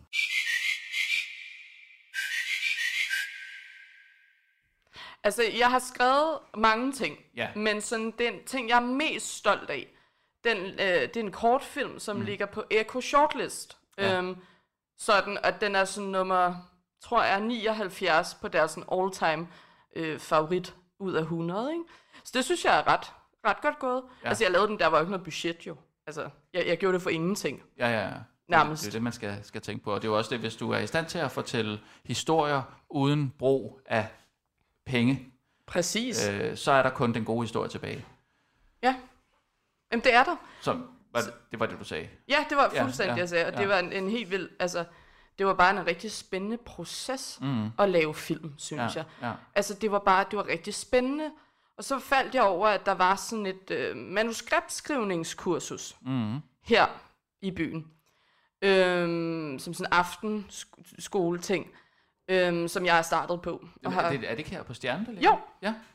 Altså, jeg har skrevet mange ting, men sådan den ting, jeg er mest stolt af, det er en kortfilm, som ligger på Echo Shortlist. Sådan, at den er sådan nummer, tror jeg, 79 på deres all-time favorit ud af 100, ikke? Så det synes jeg er ret godt gået. Ja. Altså, jeg lavede den, der var jo ikke noget budget, jo. Altså, jeg gjorde det for ingenting. Ja. Nærmest. Det er det, man skal tænke på. Og det er jo også det, hvis du er i stand til at fortælle historier uden brug af penge. Præcis. Så er der kun den gode historie tilbage. Ja. Jamen, det er der. Det var det, du sagde. Ja, det var fuldstændig, jeg sagde. Og det var en helt vild... Altså, det var bare en rigtig spændende proces at lave film, synes jeg. Ja. Altså, det var rigtig spændende. Og så faldt jeg over, at der var sådan et manuskriptskrivningskursus her i byen. Som sådan en aftenskoleting, som jeg har startet på. Er det ikke her på Stjerne, der ligger? Jo.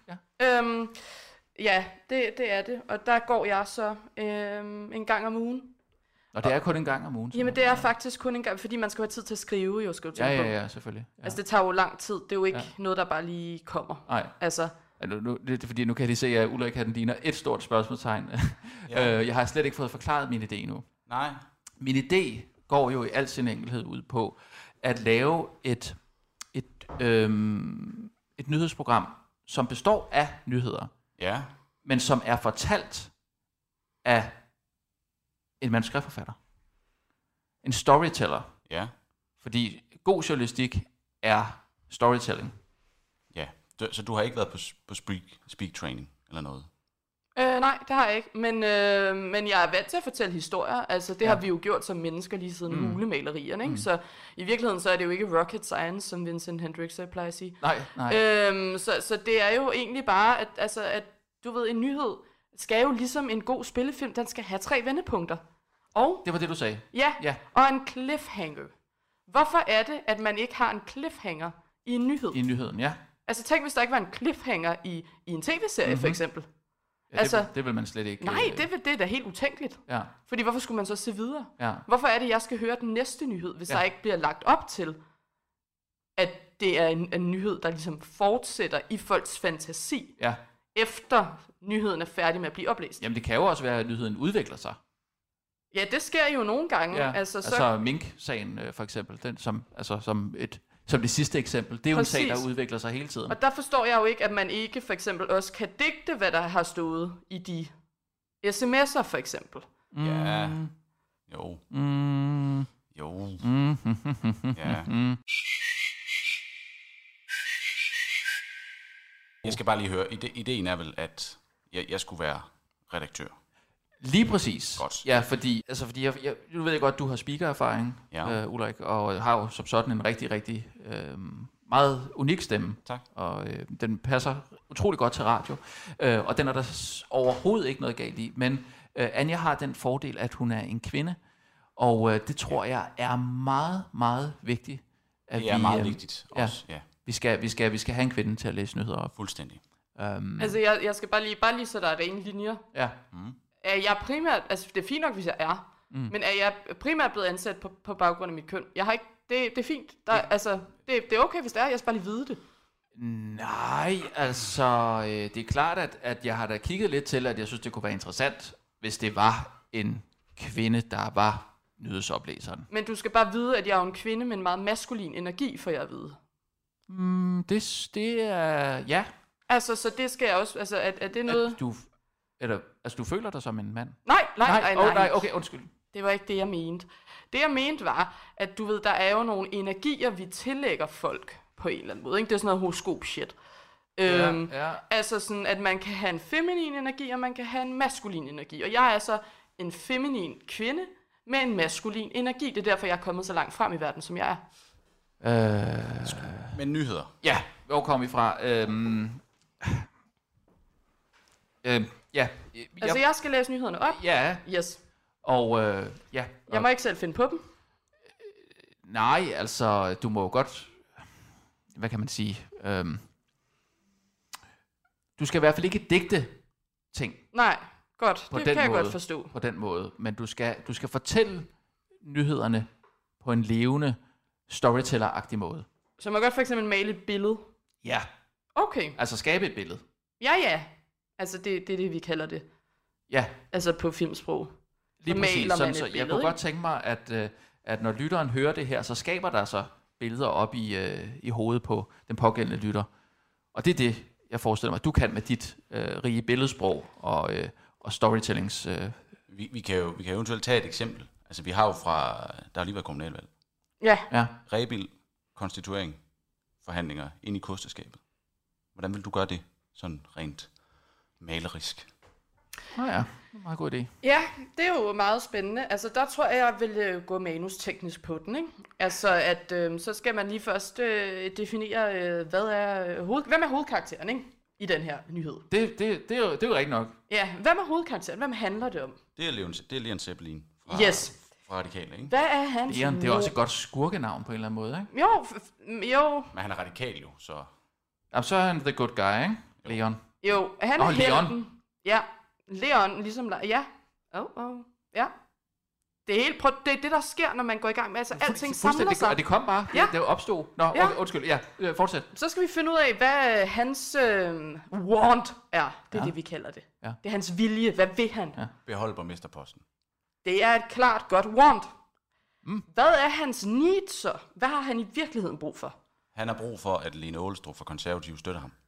Ja. Det er det. Og der går jeg så en gang om ugen. Og det er kun en gang om ugen? Jamen, det er faktisk kun en gang, fordi man skal have tid til at skrive, jo, skal du tænke på. Ja, selvfølgelig. Ja. Altså, det tager jo lang tid. Det er jo ikke noget, der bare lige kommer. Nej. Altså... Det er fordi, nu kan de se, at Ulrik den ligner et stort spørgsmålstegn. Jeg har slet ikke fået forklaret min idé endnu. Nej. Min idé går jo i al sin enkelhed ud på at lave et nyhedsprogram, som består af nyheder, men som er fortalt af en manuskriptforfatter. En storyteller. Ja. Fordi god journalistik er storytelling. Ja, så du har ikke været på speak training eller noget? Nej, det har jeg ikke, men jeg er vant til at fortælle historier. Altså, det har vi jo gjort som mennesker lige siden hulemalerierne, ikke? Så i virkeligheden så er det jo ikke rocket science, som Vincent Hendricks plejer at sige. Nej. Så det er jo egentlig bare, at du ved, en nyhed skal jo ligesom en god spillefilm, den skal have 3 vendepunkter. Og det var det, du sagde? Ja, og en cliffhanger. Hvorfor er det, at man ikke har en cliffhanger i en nyhed? I nyheden, ja. Altså, tænk, hvis der ikke var en cliffhanger i en tv-serie, for eksempel. Ja, altså, det vil man slet ikke... Nej, det er da helt utænkeligt. Ja. Fordi hvorfor skulle man så se videre? Ja. Hvorfor er det, jeg skal høre den næste nyhed, hvis der ikke bliver lagt op til, at det er en nyhed, der ligesom fortsætter i folks fantasi, efter nyheden er færdig med at blive oplæst? Jamen, det kan jo også være, at nyheden udvikler sig. Ja, det sker jo nogle gange. Ja. Altså Mink-sagen for eksempel, den som det sidste eksempel, det er jo en sag, der udvikler sig hele tiden. Og der forstår jeg jo ikke, at man ikke for eksempel også kan digte, hvad der har stået i de sms'er for eksempel. Ja. Jo. Jo. Ja. Jeg skal bare lige høre, ideen er vel, at jeg skulle være redaktør. Lige præcis. Godt. Ja, fordi nu ved jeg godt, du har speakererfaring, Ulrik, og har jo som sådan en rigtig, rigtig meget unik stemme. Tak. Og den passer utrolig godt til radio. Og den er der overhovedet ikke noget galt i. Men Anja har den fordel, at hun er en kvinde. Og det tror jeg er meget, meget vigtigt. Det er meget vigtigt også, ja. Vi skal have en kvinde til at læse nyheder op. Fuldstændig. Altså, jeg skal bare lige så der er rene linjer. Ja. Er jeg primært, altså det er fint nok, hvis jeg er, men er jeg primært blevet ansat på baggrund af mit køn? Jeg har ikke, det er fint. Altså, det er okay, hvis det er, jeg skal bare lige vide det. Nej, altså, det er klart, at jeg har da kigget lidt til, at jeg synes, det kunne være interessant, hvis det var en kvinde, der var nyhedsoplæseren. Men du skal bare vide, at jeg er en kvinde med en meget maskulin energi, for jeg at vide. Det er, ja. Altså, så det skal jeg også, altså, er det noget... Altså, du føler dig som en mand? Nej. Okay, undskyld. Det var ikke det, jeg mente. Det, jeg mente var, at du ved, der er jo nogle energier, vi tillægger folk på en eller anden måde. Ikke? Det er sådan noget horoskop-shit. Altså sådan, at man kan have en feminin energi, og man kan have en maskulin energi. Og jeg er så en feminin kvinde med en maskulin energi. Det er derfor, jeg er kommet så langt frem i verden, som jeg er. Men nyheder. Ja, hvor kommer vi fra? Altså, jeg skal læse nyhederne op? Ja. Yes. Og Jeg må ikke selv finde på dem? Nej, altså, du må jo godt... Hvad kan man sige? Du skal i hvert fald ikke digte ting. Nej, godt. Det kan jeg godt forstå. På den måde. Men du skal fortælle nyhederne på en levende, storyteller-agtig måde. Så man godt for eksempel male et billede? Ja. Okay. Altså skabe et billede. Ja. Altså det er det, vi kalder det. Ja. Altså på filmsprog. Lige præcis. Sådan, så jeg kunne godt tænke mig, at når lytteren hører det her, så skaber der så billeder op i hovedet på den pågældende lytter. Og det er det, jeg forestiller mig, at du kan med dit rige billedsprog og storytellings... Vi kan jo eventuelt tage et eksempel. Altså vi har jo der har lige været kommunalvalg. Ja. Rebild, konstituering, forhandlinger ind i kosteskabet. Hvordan vil du gøre det sådan rent malerisk? Ja, det er en meget god idé. Ja, det er jo meget spændende. Altså, der tror jeg vil gå manusteknisk på den, ikke? Altså, at så skal man lige først definere, hvem er hovedkarakteren, ikke? I den her nyhed. Det er jo rigtigt nok. Ja, hvem er hovedkarakteren? Hvem handler det om? Det er Leon Zeppelin fra Radikale, ikke? Hvad er hans... Leon, det er også et godt skurkenavn på en eller anden måde, ikke? Jo. Men han er radikal jo, så... Jamen, så er han the good guy, ikke? Leon. Jo, han er helten. Ja, Leon, ligesom... Ja. Ja. Det er det, der sker, når man går i gang med, altså alting samler sig. Det kom bare, det opstod. Nå, undskyld, fortsæt. Så skal vi finde ud af, hvad hans want er. Det er det, vi kalder det. Ja. Det er hans vilje. Hvad vil han? Ja. Beholde borgmesterposten. Det er et klart godt want. Hvad er hans need så? Hvad har han i virkeligheden brug for? Han har brug for, at Lene Aalestrup fra Konservative støtter ham.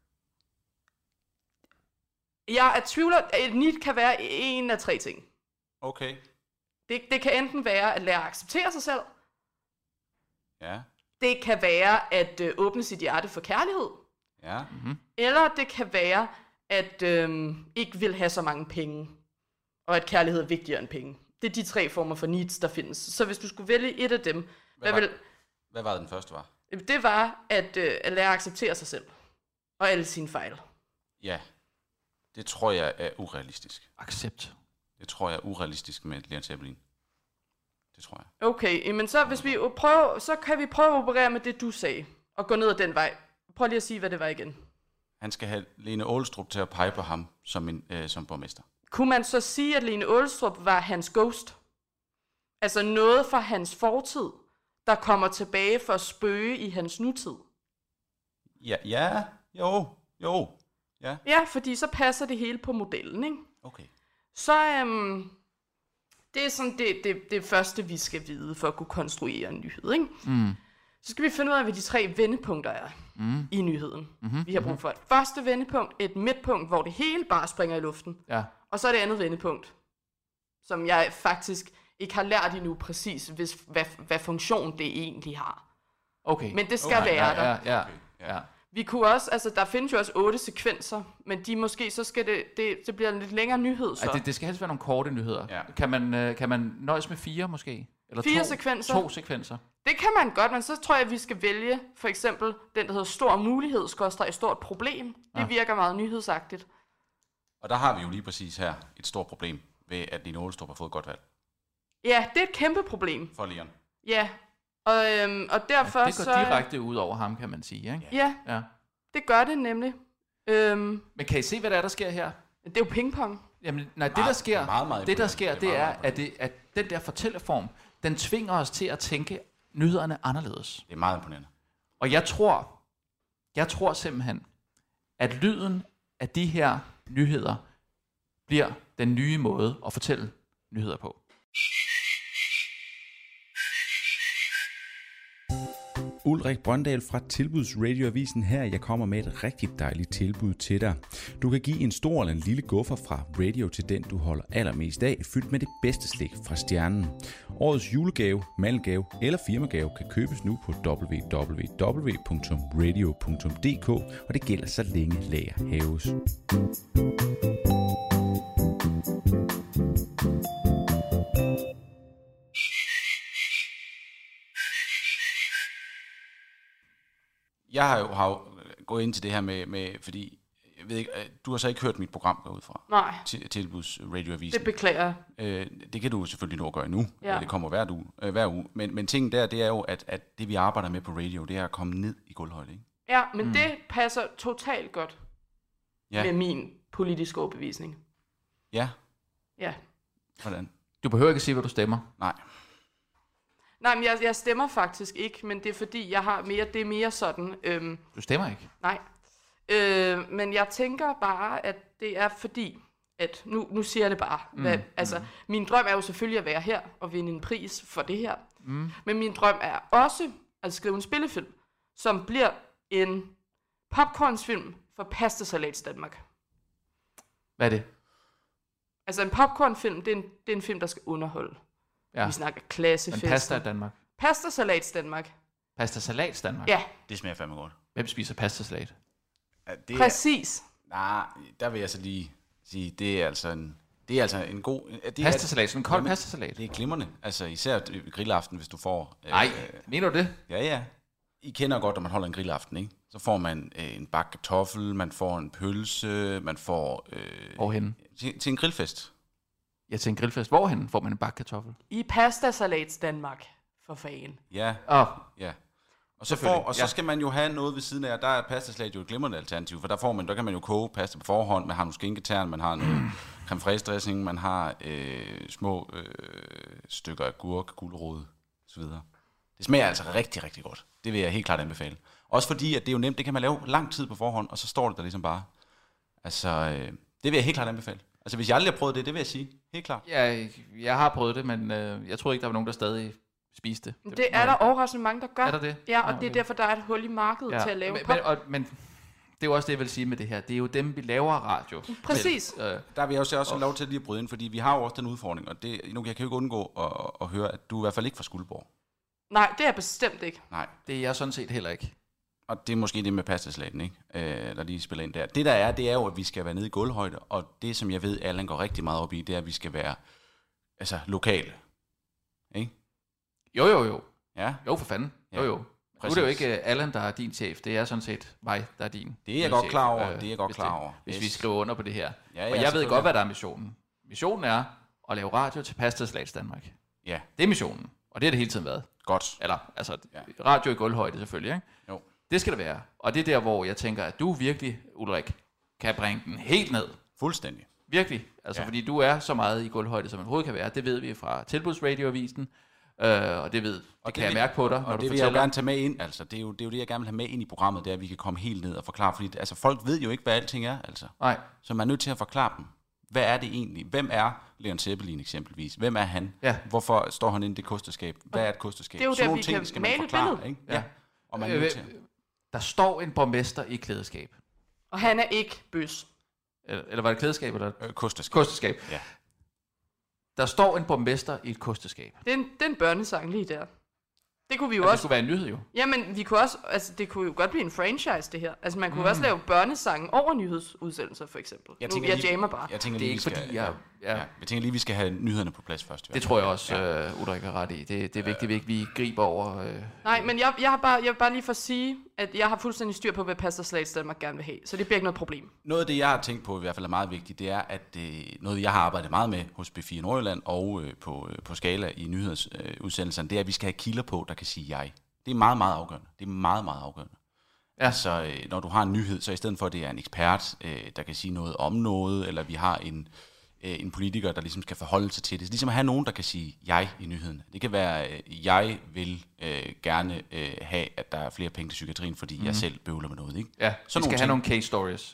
Jeg er tvivler, at et need kan være en af 3 ting. Okay. Det kan enten være at lære at acceptere sig selv. Ja. Det kan være at åbne sit hjerte for kærlighed. Ja. Mm-hmm. Eller det kan være at ikke vil have så mange penge. Og at kærlighed er vigtigere end penge. Det er de 3 former for needs, der findes. Så hvis du skulle vælge et af dem... Hvad var den første var? Det var at lære at acceptere sig selv. Og alle sine fejl. Ja. Det tror jeg er urealistisk. Accept. Det tror jeg er urealistisk med Leon Zeppelin. Det tror jeg. Okay, men så hvis vi prøver, så kan vi prøve at operere med det, du sagde. Og gå ned ad den vej. Prøv lige at sige, hvad det var igen. Han skal have Lene Aalestrup til at pege på ham som borgmester. Kunne man så sige, at Lene Aalestrup var hans ghost? Altså noget fra hans fortid, der kommer tilbage for at spøge i hans nutid? Jo. Ja, fordi så passer det hele på modellen, ikke? Okay. Så det er sådan det første, vi skal vide for at kunne konstruere en nyhed, ikke? Så skal vi finde ud af, hvad de 3 vendepunkter er i nyheden. Vi har brug for et første vendepunkt, et midtpunkt, hvor det hele bare springer i luften. Ja. Og så er det andet vendepunkt, som jeg faktisk ikke har lært endnu præcis, hvad funktion det egentlig har. Okay. Men det skal være der. Ja. Vi kunne også, altså der findes jo også 8 sekvenser, men de måske, så skal det bliver en lidt længere nyhed så. Det skal helst være nogle korte nyheder. Ja. Kan man nøjes med 4 måske? Eller 4 sekvenser? 2 sekvenser. Det kan man godt, men så tror jeg, at vi skal vælge for eksempel den, der hedder stor mulighed, skorstræk et stort problem. Det virker meget nyhedsagtigt. Og der har vi jo lige præcis her et stort problem ved, at Lene Aalestrup har fået et godt valg. Ja, det er et kæmpe problem. For Leon. Ja, og derfor det går direkte ud over ham, kan man sige, ikke? Ja. Det gør det nemlig. Men kan I se, hvad der sker her? Det er jo pingpong. Jamen, nej, det der sker, det er, at den der fortælleform, den tvinger os til at tænke nyhederne anderledes. Det er meget imponerende. Og jeg tror simpelthen, at lyden af de her nyheder bliver den nye måde at fortælle nyheder på. Ulrik Brøndal fra Tilbuds Radioavisen her. Jeg kommer med et rigtig dejligt tilbud til dig. Du kan give en stor eller en lille guffer fra radio til den, du holder allermest af, fyldt med det bedste slik fra Stjernen. Årets julegave, mandelgave eller firmagave kan købes nu på www.radio.dk, og det gælder så længe lager haves. Jeg har jo gået ind til det her med fordi jeg ved ikke, du har så ikke hørt mit program derudfra. Nej. Tilbuds Radioavisen. Det beklager jeg. Det kan du selvfølgelig nå at gøre nu. Ja. Det kommer hver uge. Men tingen der, det er jo, at det vi arbejder med på radio, det er at komme ned i gulvhøjde, ikke? Ja, men det passer totalt godt med min politiske overbevisning. Ja. Ja. Hvordan? Du behøver ikke at sige, hvad du stemmer. Nej, men jeg stemmer faktisk ikke, men det er fordi, jeg har mere, det er mere sådan... Du stemmer ikke? Nej. Men jeg tænker bare, at det er fordi, at nu siger jeg det bare. Min drøm er jo selvfølgelig at være her og vinde en pris for det her. Men min drøm er også at skrive en spillefilm, som bliver en popcornsfilm for Pastasalats Danmark. Hvad er det? Altså en popcornfilm, det er en film, der skal underholde. Ja. Vi snakker klassefest. Men pasta i Danmark. Pastasalats Danmark. Pastasalats Danmark? Ja. Det smager fandme godt. Hvem spiser pastasalat? Ja, præcis. Nej, der vil jeg så lige sige, det er altså en god... Pastasalat, sådan en kold pastasalat? Det er glimrende. Altså især grillaften, hvis du får... Nej, mener du det? Ja. I kender godt, når man holder en grillaften, ikke? Så får man en bakke kartoffel, man får en pølse, man får... Hvorhenne? Til en grillfest. Ja, til en grillfest. Hvorhenne får man en bakke kartoffel? I Pastasalats Danmark, for fanden. Ja. Ja. Og så skal man jo have noget ved siden af, der er pastasalat jo et glimrende alternativ, for der kan man jo koge pasta på forhånd, man har nogle skinketern, man har noget creme fraiche dressing, man har små stykker af gurk, gulerod osv. Det smager altså rigtig, rigtig godt. Det vil jeg helt klart anbefale. Også fordi, at det er jo nemt, det kan man lave lang tid på forhånd, og så står det der ligesom bare. Altså, det vil jeg helt klart anbefale. Altså, hvis jeg aldrig har prøvet det vil jeg sige. Helt klart. Ja, jeg har prøvet det, men jeg tror ikke, der var nogen, der stadig spiste det. Det er der overraskende mange, der gør. Er der det? Ja, og det er derfor, der er et hul i markedet til at lave men det er jo også det, jeg vil sige med det her. Det er jo dem, vi laver radio. Præcis. Der vil jeg også lov til at lige bryde ind, fordi vi har jo også den udfordring, og det, nu kan jeg jo ikke undgå at høre, at du i hvert fald ikke fra Skuldborg. Nej, det er bestemt ikke. Nej. Det er jeg sådan set heller ikke. Og det er måske det med pastasalaten, ikke? Der lige spiller ind der. Det der er, det er jo, at vi skal være nede i gulvhøjde, og det, som jeg ved, Allan går rigtig meget op i, det er, at vi skal være lokale. Ikke? Jo. Ja. Jo, for fanden. Ja. Jo. Nu er det jo ikke Allan, der er din chef. Det er sådan set mig, der er din. Det er jeg godt klar over. Hvis vi skriver under på det her. Ja, og jeg ved godt, hvad der er missionen. Missionen er at lave radio til Pastasalats Danmark. Ja. Det er missionen. Og det har det hele tiden været. Godt. Eller, radio i gulvhøjde selvfølgelig, ikke? Jo. Det skal det være. Og det er der, hvor jeg tænker, at du virkelig, Ulrik, kan bringe den helt ned. Fuldstændig. Virkelig. Altså, fordi du er så meget i gulvhøjde, som man overhovedet kan være. Det ved vi fra Tilbuds Radioavisen. Og det kan jeg mærke på dig, når og du det vil jeg jo gerne tage med ind, altså. Det er jo det, jeg gerne vil have med ind i programmet, det er, at vi kan komme helt ned og forklare, fordi altså, folk ved jo ikke, hvad alting er, altså. Nej. Så man er nødt til at forklare dem. Hvad er det egentlig? Hvem er Leon Zeppelin eksempelvis? Hvem er han? Ja. Hvorfor står han inde i det kosteskab? Hvad er et kosteskab? Det er jo sådan der, nogle vi ting kan skal man male forklare, billedet. ikke? Ja. Og man er nødt til. Der står en borgmester i klædeskab. Og han er ikke bøs. Eller var det klædeskab eller kosteskab? Kosteskab. Ja. Der står en borgmester i et kosteskab. Det er en børnesang lige der. Det kunne vi jo også. Det skulle være en nyhed jo. Jamen, vi kunne også, altså det kunne jo godt blive en franchise det her. Altså man kunne også lave børnesange over nyhedsudsendelser for eksempel. Jeg jammer bare. Jeg tænker det er ikke fordi jeg tænker lige vi skal have nyhederne på plads først. Det tror jeg også Ulrik er ret i. Det er vigtigt, at vi ikke griber over. Nej, men jeg vil bare lige for at sige, at jeg har fuldstændig styr på, hvad Pastasalats Danmark gerne vil have. Så det bliver ikke noget problem. Noget af det, jeg har tænkt på i hvert fald er meget vigtigt, det er, at noget, jeg har arbejdet meget med hos B4 Nordjylland og på Skala i nyhedsudsendelserne, det er, at vi skal have kilder på, der kan sige jeg. Det er meget, meget afgørende. Det er meget, meget afgørende. Ja. Altså, når du har en nyhed, så i stedet for, at det er en ekspert, der kan sige noget om noget, eller vi har en politiker, der ligesom skal forholde sig til det. Så ligesom at have nogen, der kan sige jeg i nyheden. Det kan være, jeg vil gerne have, at der er flere penge til psykiatrien, fordi jeg selv bøvler med noget. Ikke? Ja, så vi skal have nogle case stories.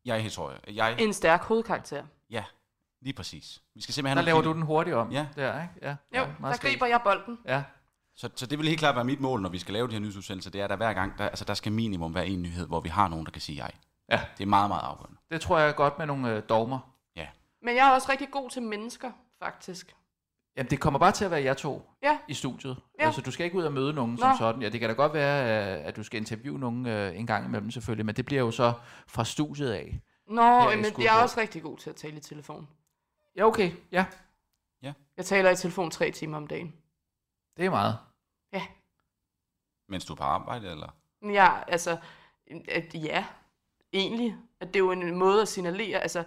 En stærk hovedkarakter. Ja, lige præcis. Vi skal simpelthen der laver du den hurtigt om. Ja. Der, ikke? Ja. Jo, der griber jeg bolden. Ja. Så det vil helt klart være mit mål, når vi skal lave de her nyhedsudsendelser, det er, at der hver gang, der skal minimum være en nyhed, hvor vi har nogen, der kan sige jeg. Ja. Det er meget, meget afgørende. Det tror jeg er godt med nogle dogmer. Ja. Men jeg er også rigtig god til mennesker, faktisk. Jamen, det kommer bare til at være jer to i studiet. Ja. Altså, du skal ikke ud og møde nogen som sådan. Ja, det kan da godt være, at du skal interviewe nogen en gang imellem selvfølgelig, men det bliver jo så fra studiet af. Men jeg er også rigtig god til at tale i telefon. Ja, okay. Ja. Jeg taler i telefon 3 timer om dagen. Det er meget. Ja. Mens du er på arbejde, eller? Ja, altså, egentlig. At det er jo en måde at signalere, altså,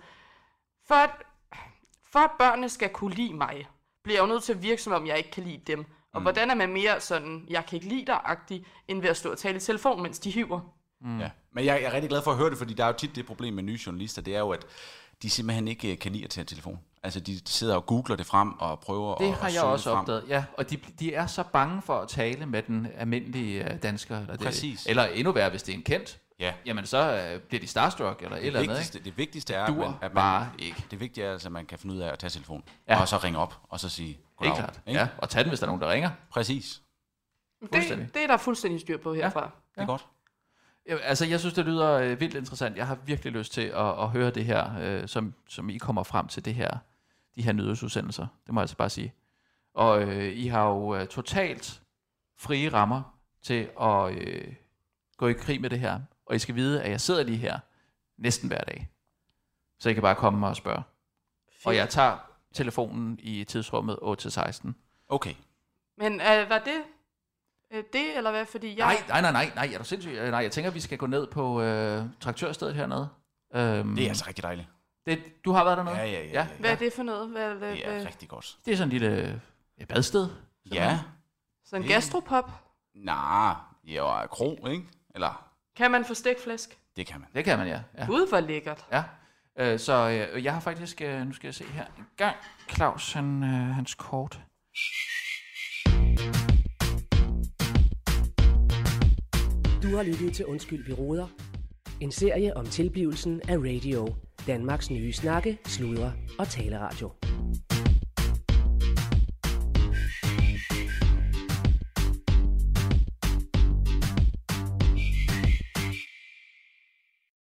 for at børnene skal kunne lide mig, bliver jeg jo nødt til at virke, som om jeg ikke kan lide dem. Og hvordan er man mere sådan, jeg kan ikke lide dig-agtig, end ved at stå og tale i telefon, mens de hiver? Ja. Men jeg er rigtig glad for at høre det, fordi der er jo tit det problem med nye journalister, det er jo, at de simpelthen ikke kan lide at tage telefon. Altså, de sidder og googler det frem og prøver det at har jeg også opdaget, ja. Og de er så bange for at tale med den almindelige dansker. Eller præcis. Eller endnu værre, hvis det er en kendt. Ja. Jamen, så bliver de starstruck eller et eller andet, ikke? Det vigtigste er, at man ikke. Det vigtige er altså, at man kan finde ud af at tage telefonen. Ja. Og så ringe op, og så sige goddag. Helt klart. Ikke? Ja, og tage den, hvis der er nogen, der ringer. Præcis. Det er der fuldstændig styr på herfra. Ja. Det er godt. Altså, jeg synes, det lyder vildt interessant. Jeg har virkelig lyst til at høre det her, som I kommer frem til de her nyhedsudsendelser. Det må jeg altså bare sige. Og I har jo totalt frie rammer til at gå i krig med det her. Og I skal vide, at jeg sidder lige her næsten hver dag. Så I kan bare komme og spørge. Fint. Og jeg tager telefonen i tidsrummet 8-16. Okay. Men var det, eller hvad? Fordi jeg... Nej, er du sindssyg? Nej, jeg tænker, vi skal gå ned på traktørstedet hernede. Det er altså rigtig dejligt. Du har været dernede? Ja. Hvad er det for noget? Det er rigtig godt. Det er sådan en lille badsted. Ja. Så en gastropop? Nej, kro, ikke? Eller... Kan man få stegt flæsk? Det kan man. Det kan man, ja. Gud, hvor lækkert. Ja. Så jeg har faktisk, nu skal jeg se her en gang, Claus, hans kort. Du har lyttet til Undskyld, vi roder. En serie om tilblivelsen af radio. Danmarks nye snakke, sludre og taleradio.